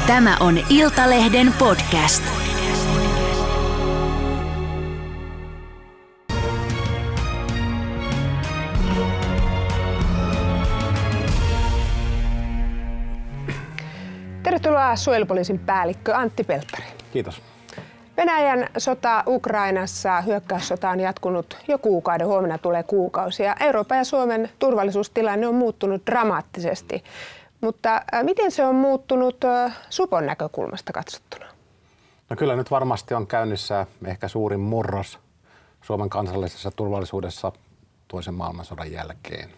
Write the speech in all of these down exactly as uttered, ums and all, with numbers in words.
Tämä on Iltalehden podcast. Tervetuloa suojelupoliisin päällikkö Antti Pelttari. Kiitos. Venäjän sota Ukrainassa, hyökkäyssota on jatkunut jo kuukauden, huomenna tulee kuukausia. Euroopan ja Suomen turvallisuustilanne on muuttunut dramaattisesti. Mutta miten se on muuttunut supon näkökulmasta katsottuna? No kyllä nyt varmasti on käynnissä ehkä suurin murros Suomen kansallisessa turvallisuudessa toisen maailmansodan jälkeen.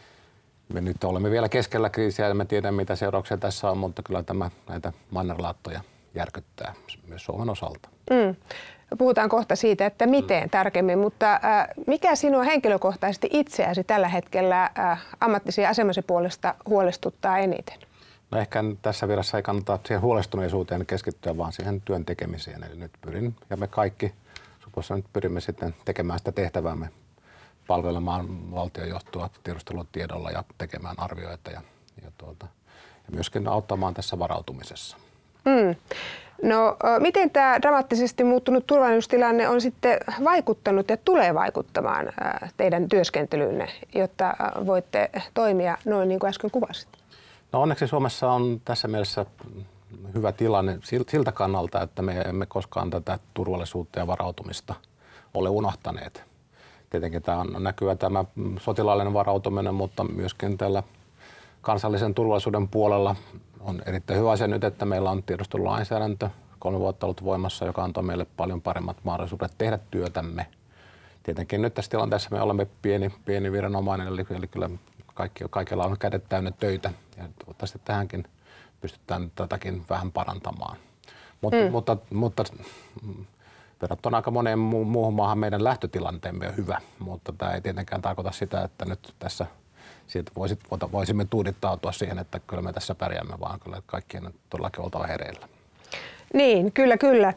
Me nyt olemme vielä keskellä kriisiä ja me tiedämme mitä seurauksia tässä on, mutta kyllä tämä näitä mannerlaattoja järkyttää myös Suomen osalta. Mm. Puhutaan kohta siitä, että miten mm. tarkemmin, mutta äh, mikä sinua henkilökohtaisesti itseäsi tällä hetkellä äh, ammattisen asemasi puolesta huolestuttaa eniten? No ehkä tässä virassa ei kannata siihen huolestuneisuuteen keskittyä, vaan siihen työn tekemiseen. Eli nyt pyrin, ja me kaikki supossa nyt pyrimme sitten tekemään sitä tehtäväämme, palvelemaan valtionjohtoa tiedustelutiedolla ja tekemään arvioita ja, ja, tuota, ja myöskin auttamaan tässä varautumisessa. Mm. No, miten tämä dramaattisesti muuttunut turvallisuustilanne on sitten vaikuttanut ja tulee vaikuttamaan teidän työskentelyynne, jotta voitte toimia noin niin kuin äsken kuvasit? No onneksi Suomessa on tässä mielessä hyvä tilanne siltä kannalta, että me emme koskaan tätä turvallisuutta ja varautumista ole unohtaneet. Tietenkin tämä on näkyvä tämä sotilaallinen varautuminen, mutta myöskin tällä kansallisen turvallisuuden puolella on erittäin hyvä asia nyt, että meillä on tiedustelulainsäädäntö kolme vuotta ollut voimassa, joka antoi meille paljon paremmat mahdollisuudet tehdä työtämme. Tietenkin nyt tässä tilanteessa me olemme pieni, pieni viranomainen, eli, eli kyllä kaikki, kaikilla on kädet täynnä töitä ja toivottavasti tähänkin pystytään tätäkin vähän parantamaan. Mut, mm. Mutta, mutta verrattuna aika moneen muuhun maahan meidän lähtötilanteemme on hyvä, mutta tämä ei tietenkään tarkoita sitä, että nyt tässä siitä voisit, voisimme tuudittautua siihen, että kyllä me tässä pärjäämme, vaan kyllä kaikkien on todellakin oltava hereillä. Niin, kyllä, kyllä.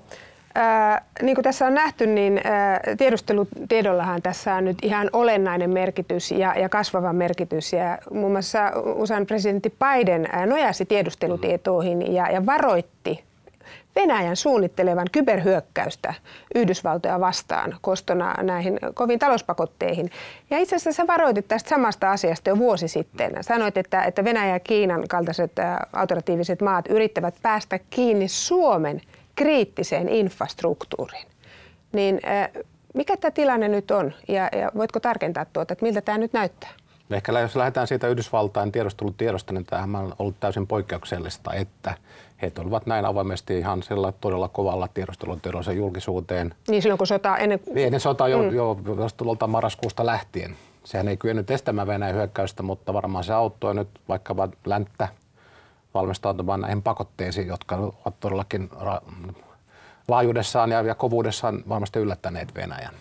Äh, niin kuin tässä on nähty, niin äh, tiedustelutiedollahan tässä on nyt ihan olennainen merkitys ja, ja kasvava merkitys. Ja muun muassa U S A:n presidentti Biden äh, nojasi tiedustelutietoihin mm. ja, ja varoitti Venäjän suunnittelevan kyberhyökkäystä Yhdysvaltoja vastaan kostona näihin koviin talouspakotteihin. Ja itse asiassa sä varoitit tästä samasta asiasta jo vuosi sitten. Sanoit, että, että Venäjä ja Kiinan kaltaiset ä, autoratiiviset maat yrittävät päästä kiinni Suomen kriittiseen infrastruktuuriin. Niin ä, mikä tämä tilanne nyt on ja, ja voitko tarkentaa tuota, että miltä tämä nyt näyttää? No ehkä jos lähdetään siitä Yhdysvaltain tiedustelutiedosta, niin tämähän on ollut täysin poikkeuksellista, että he olivat näin avoimesti ihan sillä todella kovalla tiedustelutiedolla julkisuuteen. Niin silloin kun sota ennen... Ennen sotaa jo, mm. jo tuolta marraskuusta lähtien. Sehän ei kyennyt estämään Venäjän hyökkäystä, mutta varmaan se auttoi nyt vaikka länttä valmistautumaan näihin pakotteisiin, jotka ovat todellakin ra- laajuudessaan ja, ja kovuudessaan varmasti yllättäneet Venäjän.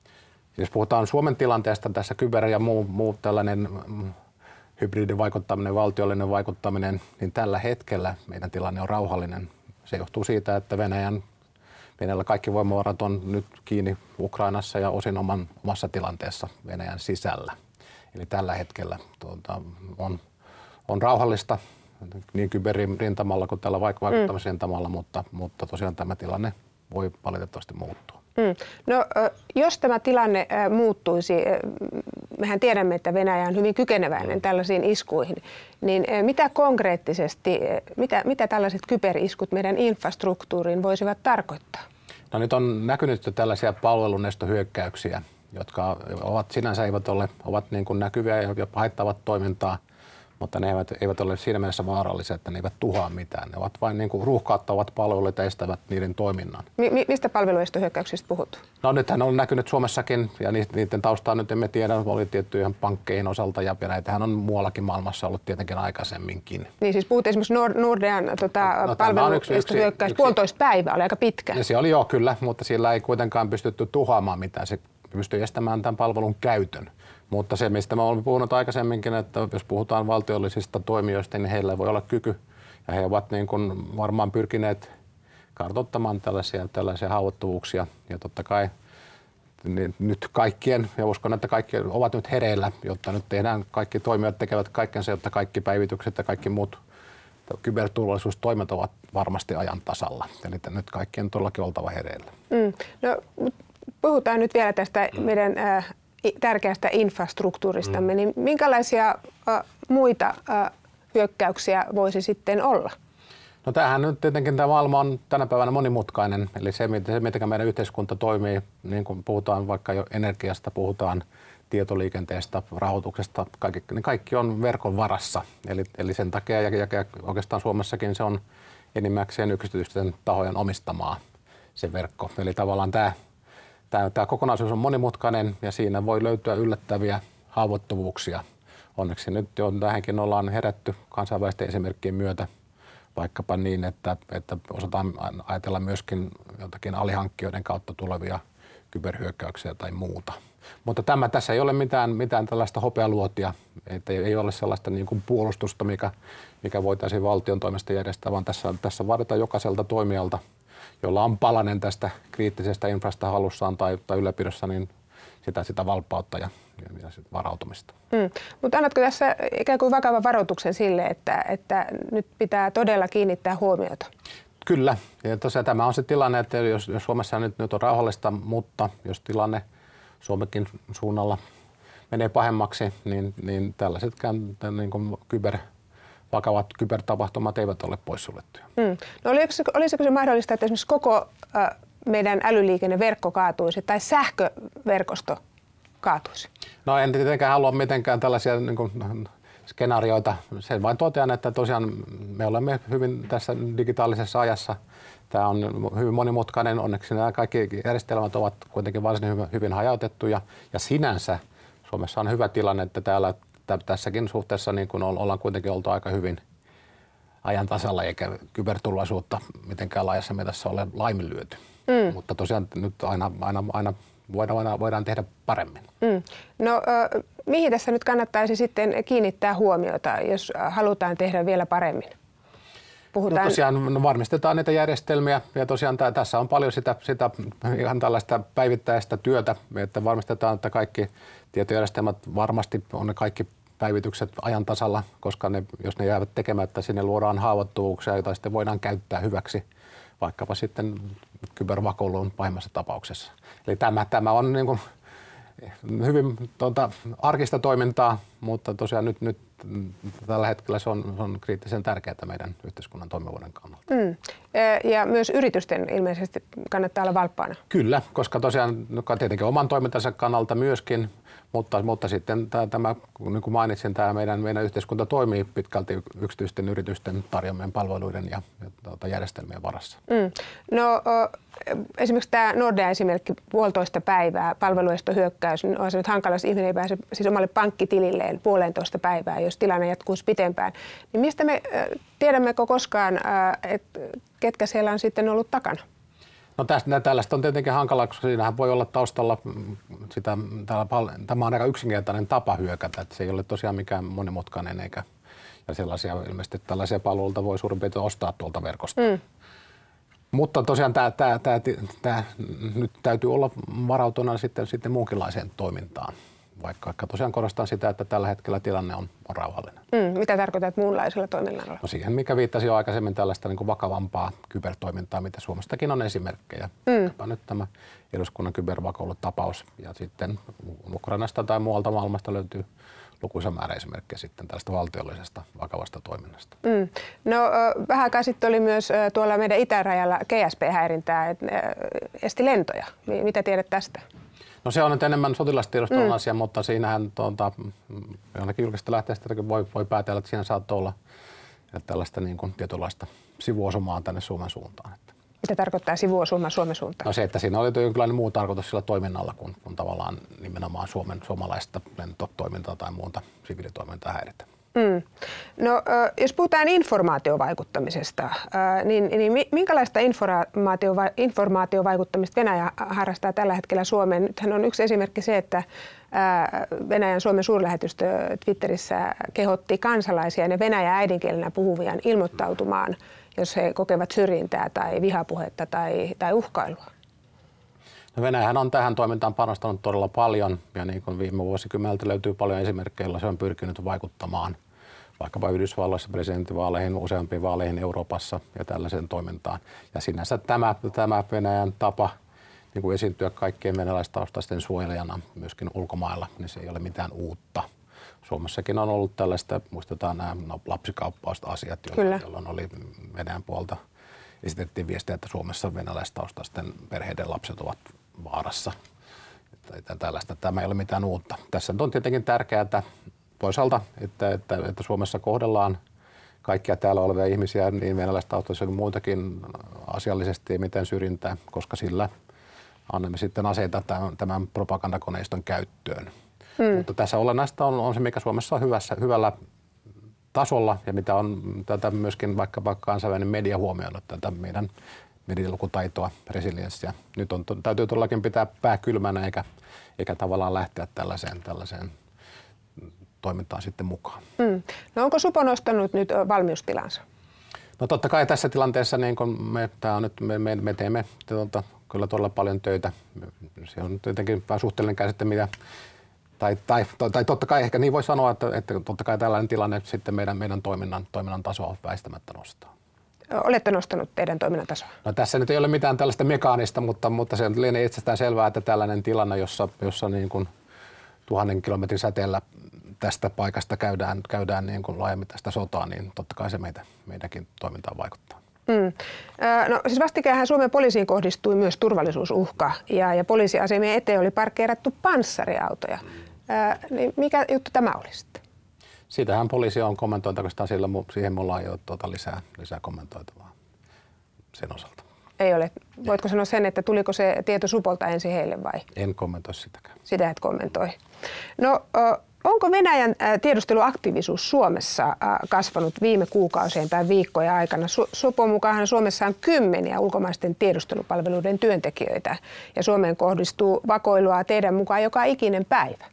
Jos puhutaan Suomen tilanteesta, tässä kyber- ja muu, muu tällainen hybridivaikuttaminen, valtiollinen vaikuttaminen, niin tällä hetkellä meidän tilanne on rauhallinen. Se johtuu siitä, että Venäjän, Venäjällä kaikki voimavarat on nyt kiinni Ukrainassa ja osin oman, omassa tilanteessa Venäjän sisällä. Eli tällä hetkellä tuota, on, on rauhallista niin kyberin rintamalla kuin tällä vaikuttamisen rintamalla, mutta, mutta tosiaan tämä tilanne voi valitettavasti muuttua. Mm. No, jos tämä tilanne muuttuisi, mehän tiedämme, että Venäjä on hyvin kykeneväinen tällaisiin iskuihin, niin mitä konkreettisesti, mitä, mitä tällaiset kyberiskut meidän infrastruktuuriin voisivat tarkoittaa? No nyt on näkynyt tällaisia palvelunestohyökkäyksiä, jotka ovat sinänsä eivät ole, ovat niin kuin näkyviä ja haittavat toimintaa, mutta ne eivät, eivät ole siinä mielessä vaarallisia, että ne eivät tuhoa mitään. Ne ovat vain niin kuin ruuhkauttavat palveluita ja estävät niiden toiminnan. Mi- mistä palveluestohyökkäyksistä puhut? No nythän on näkynyt Suomessakin ja niiden taustaa nyt emme tiedä, oli tiettyjä pankkeihin osalta ja näitähän on muuallakin maailmassa ollut tietenkin aikaisemminkin. Niin siis puhut esimerkiksi Nord- Nordean tota, no, palveluestohyökkäys, puolitoista päivää, oli aika pitkä. Ja se oli joo kyllä, mutta sillä ei kuitenkaan pystytty tuhoamaan mitään. Se pystyi estämään tämän palvelun käytön. Mutta se, mistä me olemme puhunut aikaisemminkin, että jos puhutaan valtiollisista toimijoista, niin heillä voi olla kyky. Ja he ovat niin kuin varmaan pyrkineet kartoittamaan tällaisia, tällaisia haavoittuvuuksia. Ja totta kai niin nyt kaikkien, ja uskon, että kaikki ovat nyt hereillä, jotta nyt tehdään, kaikki toimijat tekevät kaikkensa, jotta kaikki päivitykset ja kaikki muut kyberturvallisuustoimet ovat varmasti ajan tasalla. Eli nyt kaikkien on todellakin oltava hereillä. Mm. No, puhutaan nyt vielä tästä mm. meidän äh, tärkeästä infrastruktuuristamme. Mm. Niin minkälaisia äh, muita äh, hyökkäyksiä voisi sitten olla? No tämähän nyt tietenkin tämä maailma on tänä päivänä monimutkainen. Eli se, se miten meidän yhteiskunta toimii, niin kuin puhutaan vaikka jo energiasta, puhutaan tietoliikenteestä, rahoituksesta, kaikki, niin kaikki on verkon varassa. Eli, eli sen takia, ja, ja oikeastaan Suomessakin se on enimmäkseen yksityisten tahojen omistamaa se verkko. Eli tavallaan tämä, tämä, tämä kokonaisuus on monimutkainen ja siinä voi löytyä yllättäviä haavoittuvuuksia. Onneksi nyt jo tähänkin ollaan herätty kansainvälisten esimerkkien myötä, vaikkapa niin, että, että osataan ajatella myöskin jotakin alihankkijoiden kautta tulevia kyberhyökkäyksiä tai muuta. Mutta tämä, tässä ei ole mitään, mitään tällaista hopealuotia, että ei ole sellaista niin kuin puolustusta, mikä, mikä voitaisiin valtion toimesta järjestää, vaan tässä, tässä vaaditaan jokaiselta toimijalta, jolla on palanen tästä kriittisestä infrasta halussaan tai, tai ylläpidossa, niin sitä, sitä valppautta ja, ja, ja sit varautumista. Mm. Mutta annatko tässä ikään kuin vakavan varoituksen sille, että, että nyt pitää todella kiinnittää huomiota? Kyllä. Ja tosiaan tämä on se tilanne, että jos, jos Suomessa nyt, nyt on rauhallista, mutta jos tilanne Suomenkin suunnalla menee pahemmaksi, niin, niin tällaisetkään niin kuin kyber, vakavat kybertapahtumat eivät ole poissuljettuja. Mm. No olisiko, olisiko se mahdollista, että esimerkiksi koko äh, meidän älyliikenneverkko kaatuisi tai sähköverkosto kaatuisi? No en tietenkään halua mitenkään tällaisia niin kuin, skenaarioita. Sen vain totean, että tosiaan me olemme hyvin tässä digitaalisessa ajassa. Tämä on hyvin monimutkainen. Onneksi nämä kaikki järjestelmät ovat kuitenkin varsin hyvin, hyvin hajautettuja. Ja sinänsä Suomessa on hyvä tilanne, että täällä tässäkin suhteessa niin kuin ollaan kuitenkin oltu aika hyvin ajan tasalla, eikä kyberturvallisuutta mitenkään laajassa mitassa ole laiminlyöty. Mm. Mutta tosiaan nyt aina, aina, aina voidaan, voidaan tehdä paremmin. Mm. No äh, mihin tässä nyt kannattaisi sitten kiinnittää huomiota, jos halutaan tehdä vielä paremmin? Puhutaan... No tosiaan no varmistetaan niitä järjestelmiä ja tosiaan t- tässä on paljon sitä, sitä ihan tällaista päivittäistä työtä, että varmistetaan, että kaikki tietojärjestelmät varmasti on ne kaikki päivitykset ajan tasalla, koska ne, jos ne jäävät tekemättä, sinne luodaan haavoittuvuuksia, joita sitten voidaan käyttää hyväksi, vaikkapa sitten kybervakoilun pahimmassa tapauksessa. Eli tämä, tämä on niin kuin hyvin tuota, arkista toimintaa, mutta tosiaan nyt, nyt tällä hetkellä se on, se on kriittisen tärkeää meidän yhteiskunnan toimivuuden kannalta. Mm. Ja myös yritysten ilmeisesti kannattaa olla valppaana. Kyllä, koska tosiaan tietenkin oman toimintansa kannalta myöskin, mutta, mutta sitten tämä, niin kuin mainitsin, tämä meidän, meidän yhteiskunta toimii pitkälti yksityisten yritysten tarjoamien palveluiden ja, ja tuota, järjestelmien varassa. Mm. No esimerkiksi tämä Nordea-esimerkki, puolitoista päivää palveluestohyökkäys, niin on se nyt hankala, jos ihminen ei pääse siis omalle pankkitililleen puolentoista päivää, jos tilanne jatkuisi pitempään. Niin mistä me tiedämmekö koskaan, että ketkä siellä on sitten ollut takana? No tästä, tällaista on tietenkin hankalaa, koska siinähän voi olla taustalla sitä, tämä on aika yksinkertainen tapa hyökätä, että se ei ole tosiaan mikään monimutkainen eikä ja sellaisia ilmeisesti tällaisia palveluita voi suurin piirtein ostaa tuolta verkosta. Mm. Mutta tosiaan tämä, tämä, tämä, tämä, nyt täytyy olla varautuna sitten, sitten muunkinlaiseen toimintaan, vaikka tosiaan korostan sitä, että tällä hetkellä tilanne on, on rauhallinen. Mm, mitä tarkoitat muunlaisella toiminnalla? No siihen, mikä viittasi jo aikaisemmin tällaista niin kuin vakavampaa kybertoimintaa, mitä Suomestakin on esimerkkejä. Mm. Nyt tämä eduskunnan kybervakoilutapaus ja sitten Ukrainasta tai muualta maailmasta löytyy lukuisa määrä esimerkkejä sitten tällaista valtiollisesta vakavasta toiminnasta. Mm. No vähän aikaa sitten oli myös tuolla meidän itärajalla G S P-häirintää, että esti lentoja. Mitä tiedät tästä? No se on nyt enemmän sotilastiedustelun mm. asia, mutta siinähän tuota, jonnekin julkista lähteestä voi, voi päätellä, että siinä saattaa olla tällaista niin kuin tietynlaista sivuosumaa tänne Suomen suuntaan. Mitä tarkoittaa sivuosuma Suomen suuntaan? No se, että siinä oli jonkinlainen muu tarkoitus sillä toiminnalla, kun, kun tavallaan nimenomaan Suomen, suomalaista lentotoimintaa tai muuta siviilitoimintaa häiritä. Mm. No jos puhutaan informaatiovaikuttamisesta, niin, niin minkälaista informaatiova, informaatiovaikuttamista Venäjä harrastaa tällä hetkellä Suomeen? Nythän on yksi esimerkki se, että Venäjän Suomen suurlähetystö Twitterissä kehotti kansalaisia ja Venäjä äidinkielenä puhuvia ilmoittautumaan, jos he kokevat syrjintää tai vihapuhetta tai, tai uhkailua. No Venäjähän on tähän toimintaan panostanut todella paljon ja niin kuin viime vuosikymmeneltä löytyy paljon esimerkkejä, joilla se on pyrkinyt vaikuttamaan, vaikkapa Yhdysvalloissa presidentinvaaleihin, useampiin vaaleihin Euroopassa ja tällaiseen toimintaan. Ja sinänsä tämä, tämä Venäjän tapa niin kuin esiintyä kaikkien venäläistaustaisten suojelijana myöskin ulkomailla, niin se ei ole mitään uutta. Suomessakin on ollut tällaista, muistetaan nämä lapsikauppausasiat, jolloin oli Venäjän puolta. Esitettiin viestiä, että Suomessa venäläistaustaisten perheiden lapset ovat vaarassa. Että tällaista. Tämä ei ole mitään uutta. Tässä on tietenkin tärkeää, että toisaalta, että, että, että Suomessa kohdellaan kaikkia täällä olevia ihmisiä, niin venäläistaustaisia kuin muitakin asiallisesti ei mitään syrjintää, koska sillä annamme sitten aseita tämän, tämän propagandakoneiston käyttöön. Hmm. Mutta tässä olennaista on, on se, mikä Suomessa on hyvässä, hyvällä tasolla ja mitä on tätä myöskin vaikkapa kansainvälinen media huomioinut, tätä meidän medialukutaitoa, resilienssiä. Nyt on, täytyy todellakin pitää pää kylmänä eikä, eikä tavallaan lähteä tällaiseen, tällaiseen toimintaan sitten mukaan. Hmm. No onko Supo nostanut nyt valmiustilansa? No totta kai tässä tilanteessa niin kun me, tää on nyt, me, me, me teemme tuota, kyllä todella paljon töitä. Se on tietenkin vähän suhteellinen käsite, mitä Tai, tai, tai totta kai ehkä niin voi sanoa, että, että totta kai tällainen tilanne sitten meidän, meidän toiminnan, toiminnan tasoa väistämättä nostaa. Olette nostanut teidän toiminnan tasoa? No tässä nyt ei ole mitään tällaista mekaanista, mutta, mutta se lienee itsestään selvää, että tällainen tilanne, jossa, jossa niin kuin tuhannen kilometrin säteellä tästä paikasta käydään, käydään niin kuin laajamittaista sotaa, niin totta kai se meitä, meidänkin toimintaan vaikuttaa. Mm. No siis vastikäänhän Suomen poliisiin kohdistui myös turvallisuusuhka ja, ja poliisiasemien eteen oli parkkeerattu panssariautoja. Ää, niin mikä juttu tämä oli sitten? Siitähän poliisi on kommentoitavasta, sillä siihen me ollaan jo tuota lisää, lisää kommentoitavaa sen osalta. Ei ole. Voitko sanoa sen, että tuliko se tieto Supolta ensin heille vai? En kommentoi sitäkään. Sitä et kommentoi. No onko Venäjän tiedusteluaktiivisuus Suomessa kasvanut viime kuukausien tai viikkojen aikana? Supon mukaan Suomessa on kymmeniä ulkomaisten tiedustelupalveluiden työntekijöitä ja Suomeen kohdistuu vakoilua teidän mukaan joka ikinen päivä.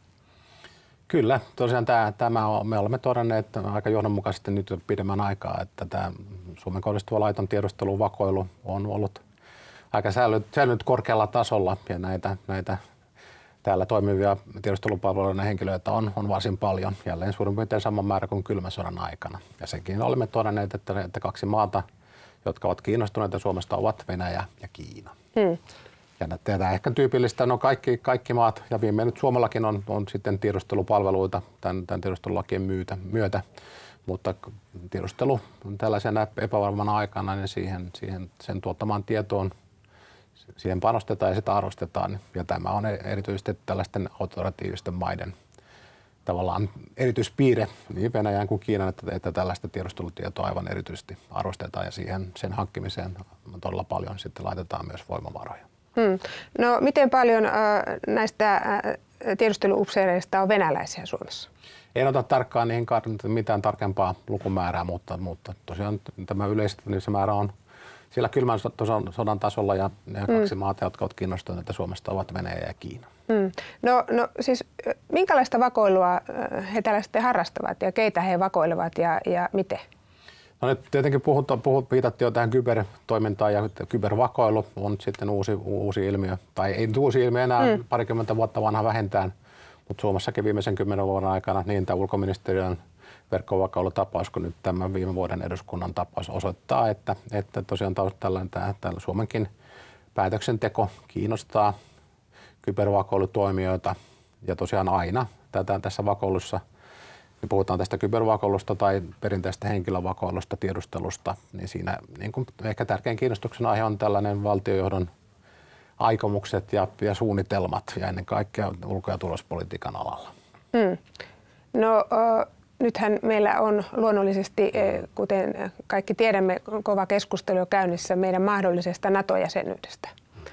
Kyllä, tosiaan tämä, tämä on, me olemme todenneet aika johdonmukaisesti nyt jo pidemmän aikaa, että tämä Suomen kohdistuva laiton tiedustelu, vakoilu on ollut aika säilynyt korkealla tasolla ja näitä, näitä täällä toimivia tiedustelupalveluiden henkilöitä on, on varsin paljon, jälleen suurin piirtein sama määrä kuin kylmän sodan aikana. Ja senkin olemme todenneet, että, että kaksi maata, jotka ovat kiinnostuneita Suomesta, ovat Venäjä ja Kiina. Hmm. Ja tämä ehkä tyypillistä, no kaikki, kaikki maat, ja viimein nyt Suomellakin on, on sitten tiedustelupalveluita tämän, tämän tiedustelulakien myötä, myötä, mutta tiedustelu tällaisena epävarmana aikana, niin siihen, siihen sen tuottamaan tietoon, siihen panostetaan ja sitä arvostetaan. Ja tämä on erityisesti tällaisten autoratiivisten maiden tavallaan erityispiirre, niin Venäjän kuin Kiinan, että, että tällaista tiedustelutietoa aivan erityisesti arvostetaan ja siihen sen hankkimiseen todella paljon sitten laitetaan myös voimavaroja. Hmm. No miten paljon äh, näistä äh, tiedusteluupseereista on venäläisiä Suomessa? En ota tarkkaan niihin mitään tarkempaa lukumäärää, mutta, mutta tosiaan tämä yleisesti se määrä on siellä kylmän sodan tasolla ja ne hmm. kaksi maata, jotka ovat kiinnostuneita Suomesta, ovat Venäjä ja Kiina. Hmm. No, no siis minkälaista vakoilua he täällä sitten harrastavat ja keitä he vakoilevat ja, ja miten? No nyt tietenkin puhut, puhut, viitattiin jo tähän kybertoimintaan ja kybervakoilu on sitten uusi, uusi ilmiö, tai ei uusi ilmiö enää mm. parikymmentä vuotta vanha vähintään, mutta Suomessakin viimeisen kymmenen vuoden aikana niin tämä ulkoministeriön verkkovakailutapaus kuin nyt tämä viime vuoden eduskunnan tapaus osoittaa, että, että tosiaan taustalla tämä, tämä Suomenkin päätöksenteko kiinnostaa kybervakoilutoimijoita ja tosiaan aina tätä, tässä vakoilussa ja puhutaan tästä kybervakoilusta tai perinteisestä henkilövakoilusta, tiedustelusta, niin siinä niin kuin ehkä tärkein kiinnostuksen aihe on tällainen valtiojohdon aikomukset ja, ja suunnitelmat ja ennen kaikkea ulko- ja turvallisuuspolitiikan alalla. Hmm. No äh, nythän meillä on luonnollisesti, äh, kuten kaikki tiedämme, kova keskustelu jo käynnissä meidän mahdollisesta NATO-jäsenyydestä.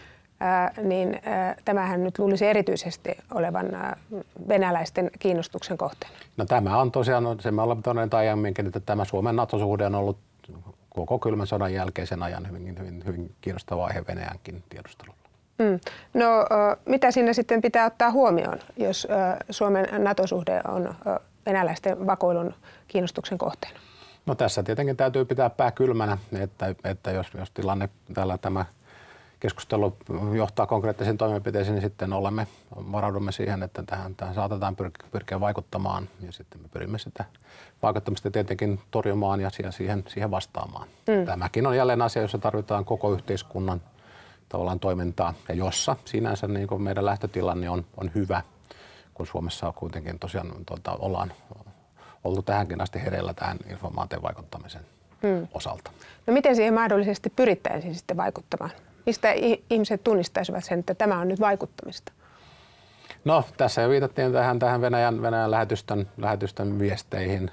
Äh, niin äh, tämähän nyt luulisi erityisesti olevan äh, venäläisten kiinnostuksen kohteena. No tämä on tosiaan, se me olemme todenneet aiemminkin, että tämä Suomen NATO-suhde on ollut koko kylmän sodan jälkeisen ajan hyvin, hyvin, hyvin kiinnostava aihe Venäjänkin tiedustelulla. Mm. No äh, mitä siinä sitten pitää ottaa huomioon, jos äh, Suomen NATO-suhde on äh, venäläisten vakoilun kiinnostuksen kohteena? No tässä tietenkin täytyy pitää pää kylmänä, että, että jos, jos tilanne täällä tämä keskustelu johtaa konkreettisiin toimenpiteisiin, niin sitten olemme, varaudumme siihen, että tähän, tähän saatetaan pyrkiä vaikuttamaan ja sitten me pyrimme sitä vaikuttamista tietenkin torjumaan ja siihen, siihen vastaamaan. Mm. Tämäkin on jälleen asia, jossa tarvitaan koko yhteiskunnan tavallaan toimintaa ja jossa sinänsä niin kuin meidän lähtötilanne on, on hyvä, kun Suomessa kuitenkin tosiaan tuota, ollaan oltu tähänkin asti hereillä tähän informaation vaikuttamisen mm. osalta. No miten siihen mahdollisesti pyrittäisiin sitten vaikuttamaan? Mistä ihmiset tunnistaisivat sen, että tämä on nyt vaikuttamista? No tässä jo viitattiin tähän, tähän Venäjän, Venäjän lähetystön, lähetystön viesteihin.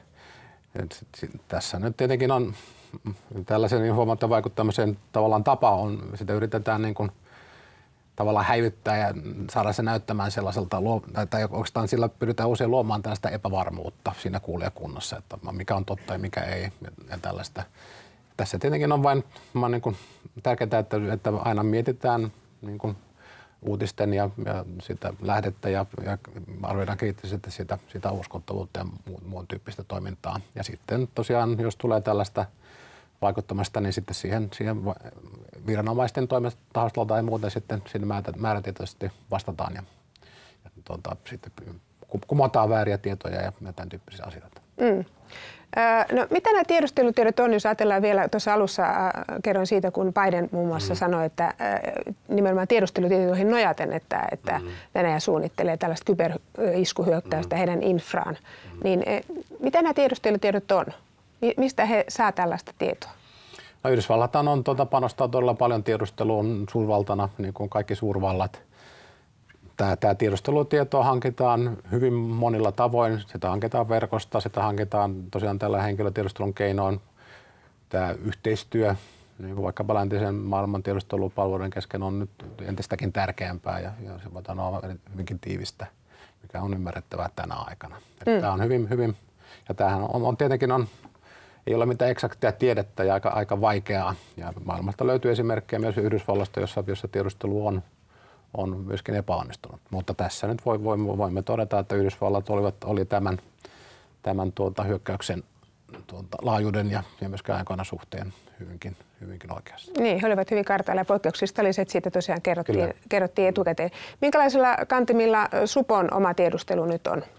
Tässä nyt tietenkin on tällaisen informaation vaikuttamisen tavallaan tapa on, sitä yritetään niin kuin tavallaan häivyttää ja saada se näyttämään sellaiselta, tai oikeastaan sillä pyritään usein luomaan tällaista epävarmuutta siinä kuulijakunnassa, että mikä on totta ja mikä ei ja tällaista. Tässä tietenkin on vain niin kuin tärkeää, että, että aina mietitään niin kuin uutisten ja, ja sitä lähdettä ja, ja arvioidaan kriittisesti sitä, sitä uskottavuutta ja muun, muun tyyppistä toimintaa. Ja sitten tosiaan, jos tulee tällaista vaikuttamasta, niin sitten siihen, siihen viranomaisten toimesta taustalla tai muuten sitten sinne määrätietoisesti vastataan ja, ja tuota, sitten kumotaan vääriä tietoja ja, ja tämän tyyppisiä asioita. Mm. No, mitä nämä tiedustelutiedot on, jos ajatellaan vielä tuossa alussa, äh, kerroin siitä, kun Biden muun muassa mm. sanoi, että äh, nimenomaan tiedustelutietoihin nojaten, että, että mm. Venäjä suunnittelee tällaista kyberiskuhyökkäystä mm. heidän infraan, mm. niin äh, mitä nämä tiedustelutiedot on? Mistä he saa tällaista tietoa? No, Yhdysvallat on tuota, panostaa todella paljon tiedusteluun suurvaltana, niin kuin kaikki suurvallat. Tämä, tämä tiedustelutietoa hankitaan hyvin monilla tavoin. Sitä hankitaan verkosta, sitä hankitaan tosiaan tällä henkilötiedustelun keinoin. Tämä yhteistyö, niin kuin vaikkapa läntisen maailman tiedustelupalveluiden kesken, on nyt entistäkin tärkeämpää ja, ja se voidaan olla hyvinkin tiivistä, mikä on ymmärrettävää tänä aikana. Mm. Tämä on hyvin, hyvin, ja tämähän on, on tietenkin on, ei ole mitään eksaktia tiedettä ja aika, aika vaikeaa. Ja maailmasta löytyy esimerkkejä myös Yhdysvallasta, jossa, jossa tiedustelu on on myöskin epäonnistunut. Mutta tässä nyt voimme todeta, että Yhdysvallat olivat, oli tämän, tämän tuota, hyökkäyksen tuota, laajuuden ja, ja myöskään aikoina suhteen hyvinkin, hyvinkin oikeassa. Niin, he olivat hyvin kartailla ja poikkeuksista oli se, että siitä tosiaan kerrottiin, kerrottiin etukäteen. Minkälaisilla kantimilla Supon oma tiedustelu nyt on?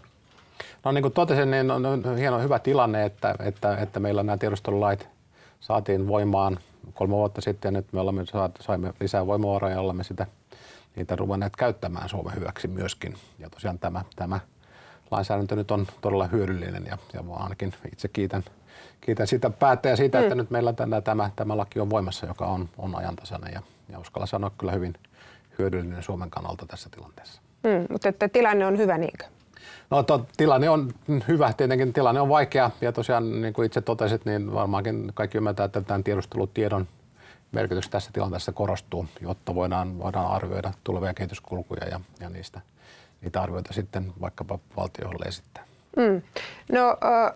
No niin kuin totesin, niin on, on hieno hyvä tilanne, että, että, että meillä nämä tiedustelulait saatiin voimaan kolme vuotta sitten. Nyt me olemme, saimme lisää voimavaroja ja olemme sitä niitä ruvenneet käyttämään Suomen hyväksi myöskin. Ja tosiaan tämä, tämä lainsäädäntö nyt on todella hyödyllinen ja, ja ainakin itse kiitän, kiitän sitä päättäjää siitä, mm. että nyt meillä tämä, tämä, tämä laki on voimassa, joka on, on ajantasainen ja, ja uskalla sanoa kyllä hyvin hyödyllinen Suomen kannalta tässä tilanteessa. Mm, mutta että tilanne on hyvä niinkö? No to, tilanne on hyvä, tietenkin tilanne on vaikea ja tosiaan niin kuin itse totesit, niin varmaankin kaikki ymmärtää, että tämän tiedustelutiedon merkitys tässä tilanteessa korostuu, jotta voidaan, voidaan arvioida tulevia kehityskulkuja ja, ja niistä, niitä arvioita sitten vaikkapa valtioille esittää. Mm. No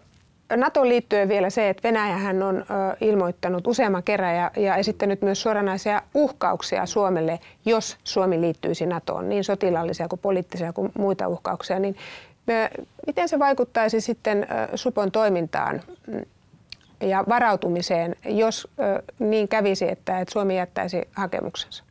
NATOon liittyen vielä se, että Venäjähän on ilmoittanut useamman kerran ja, ja esittänyt myös suoranaisia uhkauksia Suomelle, jos Suomi liittyisi NATOon, niin sotilaallisia kuin poliittisia kuin muita uhkauksia. Niin, miten se vaikuttaisi sitten Supon toimintaan ja varautumiseen, jos ö, niin kävisi, että, että Suomi jättäisi hakemuksensa?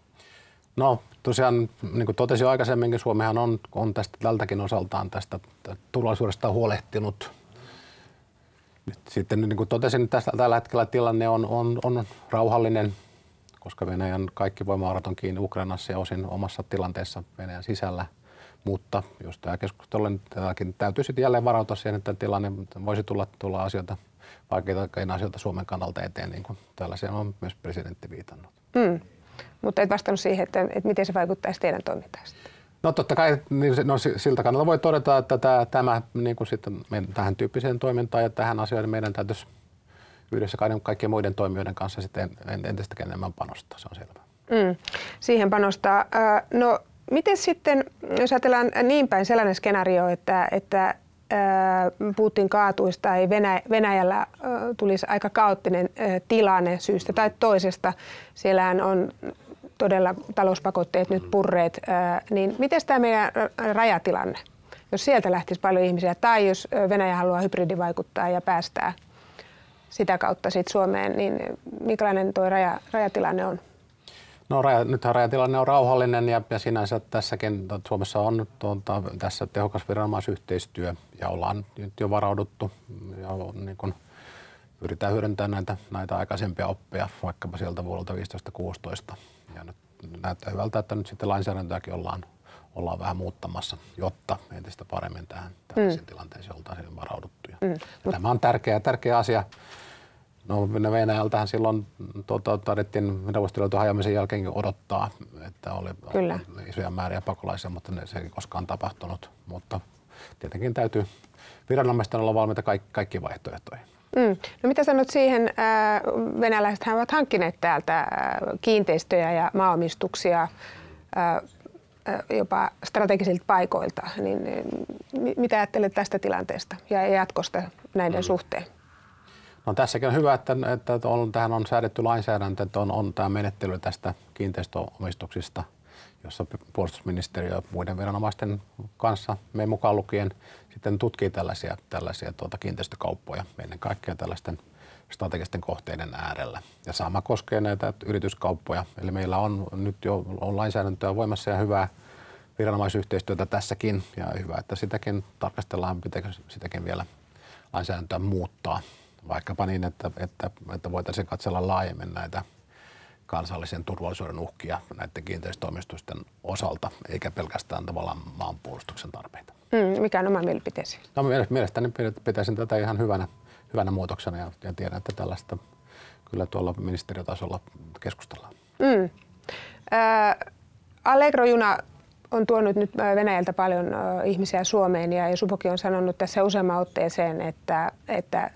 No tosiaan, niin kuin totesin aikaisemminkin, Suomihan on, on tästä tältäkin osaltaan tästä turvallisuudesta huolehtinut. Sitten niin kuin totesin, tästä, tällä hetkellä tilanne on, on, on rauhallinen, koska Venäjän kaikki voimavarat on kiinni Ukrainassa ja osin omassa tilanteessa Venäjän sisällä. Mutta jos tämä keskustelu, niin täälläkin täytyy sitten jälleen varautua siihen, että tilanne voisi tulla, tulla asioita, vaikeita asioita Suomen kannalta eteen, niin kuin tällaisia on myös presidentti viitannut. Mm. Mutta et vastannut siihen, että, että miten se vaikuttaisi teidän toimintaan? No totta kai niin no, siltä kannalta voi todeta, että tämä, tämä niin kuin sitten tähän tyyppiseen toimintaan ja tähän asioihin meidän täytyisi yhdessä kaikkien muiden toimijoiden kanssa sitten entistäkin enemmän panostaa, se on selvä. Mm. Siihen panostaa. No miten sitten, jos ajatellaan niin päin sellainen skenaario, että, että Putin kaatuisi tai Venäjällä tulisi aika kaoottinen tilanne syystä tai toisesta. Siellähän on todella talouspakotteet nyt purreet. Niin miten tämä meidän rajatilanne, jos sieltä lähtisi paljon ihmisiä tai jos Venäjä haluaa hybridivaikuttaa ja päästää sitä kautta sit Suomeen, niin minkälainen tuo raja, rajatilanne on? No raja, nythän rajatilanne on rauhallinen ja, ja sinänsä tässäkin Suomessa on tuota, tässä tehokas viranomaisyhteistyö ja ollaan nyt jo varauduttu ja niin kun yritetään hyödyntää näitä, näitä aikaisempia oppeja vaikkapa sieltä vuodelta viisitoista kuusitoista ja nyt näyttää hyvältä, että nyt sitten lainsäädäntöäkin ollaan, ollaan vähän muuttamassa, jotta entistä paremmin tähän tällaisiin mm. tilanteisiin oltaisiin varauduttu. Mm. Ja tämä on tärkeä, tärkeä asia. No Venäjältähän silloin tuota, tarvittiin Neuvostoliiton hajoamisen jälkeenkin odottaa, että oli Kyllä. isoja määriä pakolaisia, mutta ne, se ei koskaan tapahtunut. Mutta tietenkin täytyy viranomaisten olla valmiita kaikki, kaikki vaihtoehtoihin. Mm. No mitä sanot siihen, venäläiset ovat hankkineet täältä kiinteistöjä ja maaomistuksia jopa strategisilta paikoilta, niin mitä ajattelet tästä tilanteesta ja jatkosta näiden mm. suhteen? No tässäkin on hyvä, että, että on, tähän on säädetty lainsäädäntö, että on, on tämä menettely tästä kiinteistöomistuksista, jossa puolustusministeriö ja muiden viranomaisten kanssa, me mukaan lukien, sitten tutkii tällaisia, tällaisia tuota kiinteistökauppoja, ennen kaikkea tällaisten strategisten kohteiden äärellä. Ja sama koskee näitä yrityskauppoja, eli meillä on nyt jo on lainsäädäntöä voimassa ja hyvää viranomaisyhteistyötä tässäkin, ja hyvä, että sitäkin tarkastellaan, pitääkö sitäkin vielä lainsäädäntöä muuttaa. Vaikkapa niin, että, että, että voitaisiin katsella laajemmin näitä kansallisen turvallisuuden uhkia näiden kiinteistöomistusten osalta, eikä pelkästään tavallaan maanpuolustuksen tarpeita. Mm, mikä on oma mielipiteesi? No, mielestäni pitäisin tätä ihan hyvänä, hyvänä muutoksena ja, ja tiedän, että tällaista kyllä tuolla ministeriötasolla keskustellaan. Mm. Äh, Allegro-juna on tuonut nyt Venäjältä paljon äh, ihmisiä Suomeen ja, ja Supokin on sanonut tässä useamman otteeseen, että, että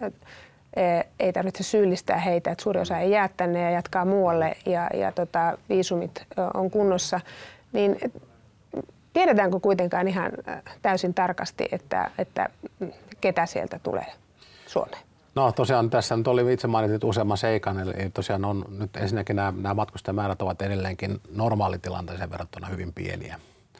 ei tarvitse syyllistää heitä, että suuri osa ei jää tänne ja jatkaa muualle ja, ja tota, viisumit on kunnossa. Niin tiedetäänkö kuitenkaan ihan täysin tarkasti, että, että ketä sieltä tulee Suomeen? No tosiaan tässä nyt oli itse mainitit useamman seikan, eli tosiaan on nyt ensinnäkin nämä, nämä matkustajamäärät ovat edelleenkin normaalitilanteeseen verrattuna hyvin pieniä.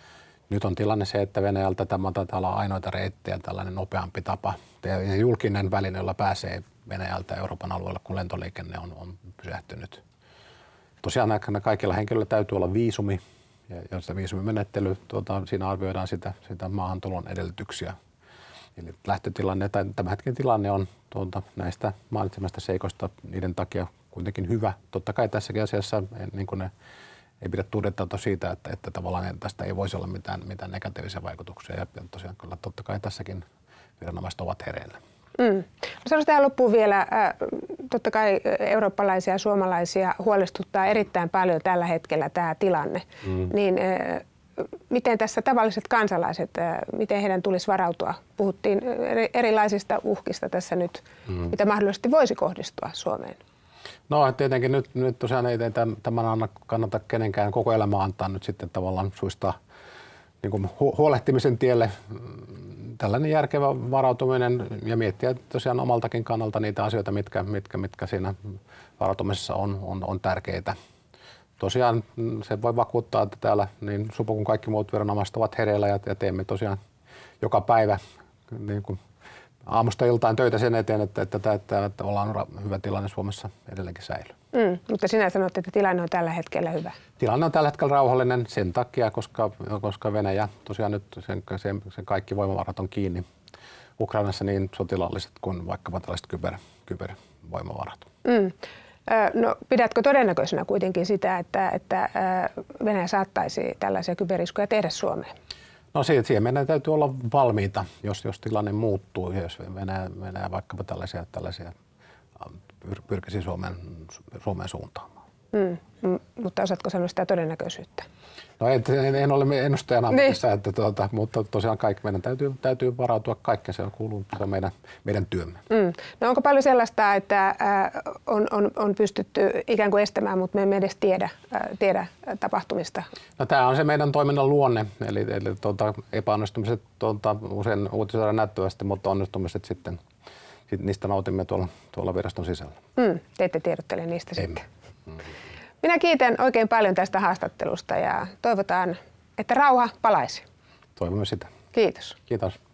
Nyt on tilanne se, että Venäjältä tämä taitaa olla ainoita reittejä, tällainen nopeampi tapa ja julkinen väline, jolla pääsee Venäjältä Euroopan alueelle, kun lentoliikenne on, on pysähtynyt. Tosiaan näillä kaikilla henkilöillä täytyy olla viisumi, ja jos se viisumimenettely, tuota, siinä arvioidaan sitä, sitä maahantulon edellytyksiä. Eli lähtötilanne tai tämänhetkinen tilanne on tuota, näistä mainitsemasta seikoista niiden takia kuitenkin hyvä. Totta kai tässäkin asiassa niin kuin ne, ei pidä tuudettaa siitä, että, että tavallaan tästä ei voisi olla mitään, mitään negatiivisia vaikutuksia. Ja tosiaan kyllä totta kai tässäkin viranomaiset ovat hereillä. Mm. No sanoisin tähän loppuun vielä, äh, totta kai eurooppalaisia ja suomalaisia huolestuttaa erittäin paljon tällä hetkellä tämä tilanne. Mm. Niin äh, miten tässä tavalliset kansalaiset, äh, miten heidän tulisi varautua? Puhuttiin erilaisista uhkista tässä nyt, mm. mitä mahdollisesti voisi kohdistua Suomeen. No tietenkin nyt, nyt tosiaan ei tämän anna kannata kenenkään koko elämä antaa nyt sitten tavallaan suistaa niin kuin huolehtimisen tielle. Tällainen järkevä varautuminen ja miettiä tosiaan omaltakin kannalta niitä asioita, mitkä, mitkä, mitkä siinä varautumisessa on, on, on tärkeitä. Tosiaan se voi vakuuttaa, että täällä niin Supo kuin kaikki muut viranomaiset ovat hereillä ja, ja teemme tosiaan joka päivä niin kuin aamusta iltaan töitä sen eteen, että, että, että, että ollaan hyvä tilanne Suomessa edelleenkin säilyy. Mm, mutta sinä sanot, että tilanne on tällä hetkellä hyvä. Tilanne on tällä hetkellä rauhallinen sen takia, koska, koska Venäjä tosiaan nyt sen, sen, sen kaikki voimavarat on kiinni Ukrainassa niin sotilaalliset kuin vaikkapa tällaiset kyber, kybervoimavarat. Mm. No, pidätkö todennäköisenä kuitenkin sitä, että, että Venäjä saattaisi tällaisia kyberiskuja tehdä Suomeen? No siihen meidän täytyy olla valmiita, jos, jos tilanne muuttuu ja jos Venäjä, Venäjä vaikkapa tällaisia, tällaisia pyrkisi Suomen, Suomen suuntaan. Mm, mutta osaatko sanoa sitä todennäköisyyttä? No en, en ole ennustajan ammatissa, niin. että tuota, mutta tosiaan kaikki meidän täytyy, täytyy varautua kaikkeen, se kuuluu se on meidän, meidän työmme. Mm. No onko paljon sellaista, että äh, on, on, on pystytty ikään kuin estämään, mutta me emme edes tiedä, äh, tiedä tapahtumista? No tämä on se meidän toiminnan luonne, eli, eli tuota, epäonnistumiset tuota, usein uutisoidaan näyttävästi, mutta onnistumiset sitten, sit niistä nautimme tuolla, tuolla viraston sisällä. Mm. Te ette tiedottele niistä Emme. sitten? Mm. Minä kiitän oikein paljon tästä haastattelusta ja toivotaan, että rauha palaisi. Toivomme sitä. Kiitos. Kiitos.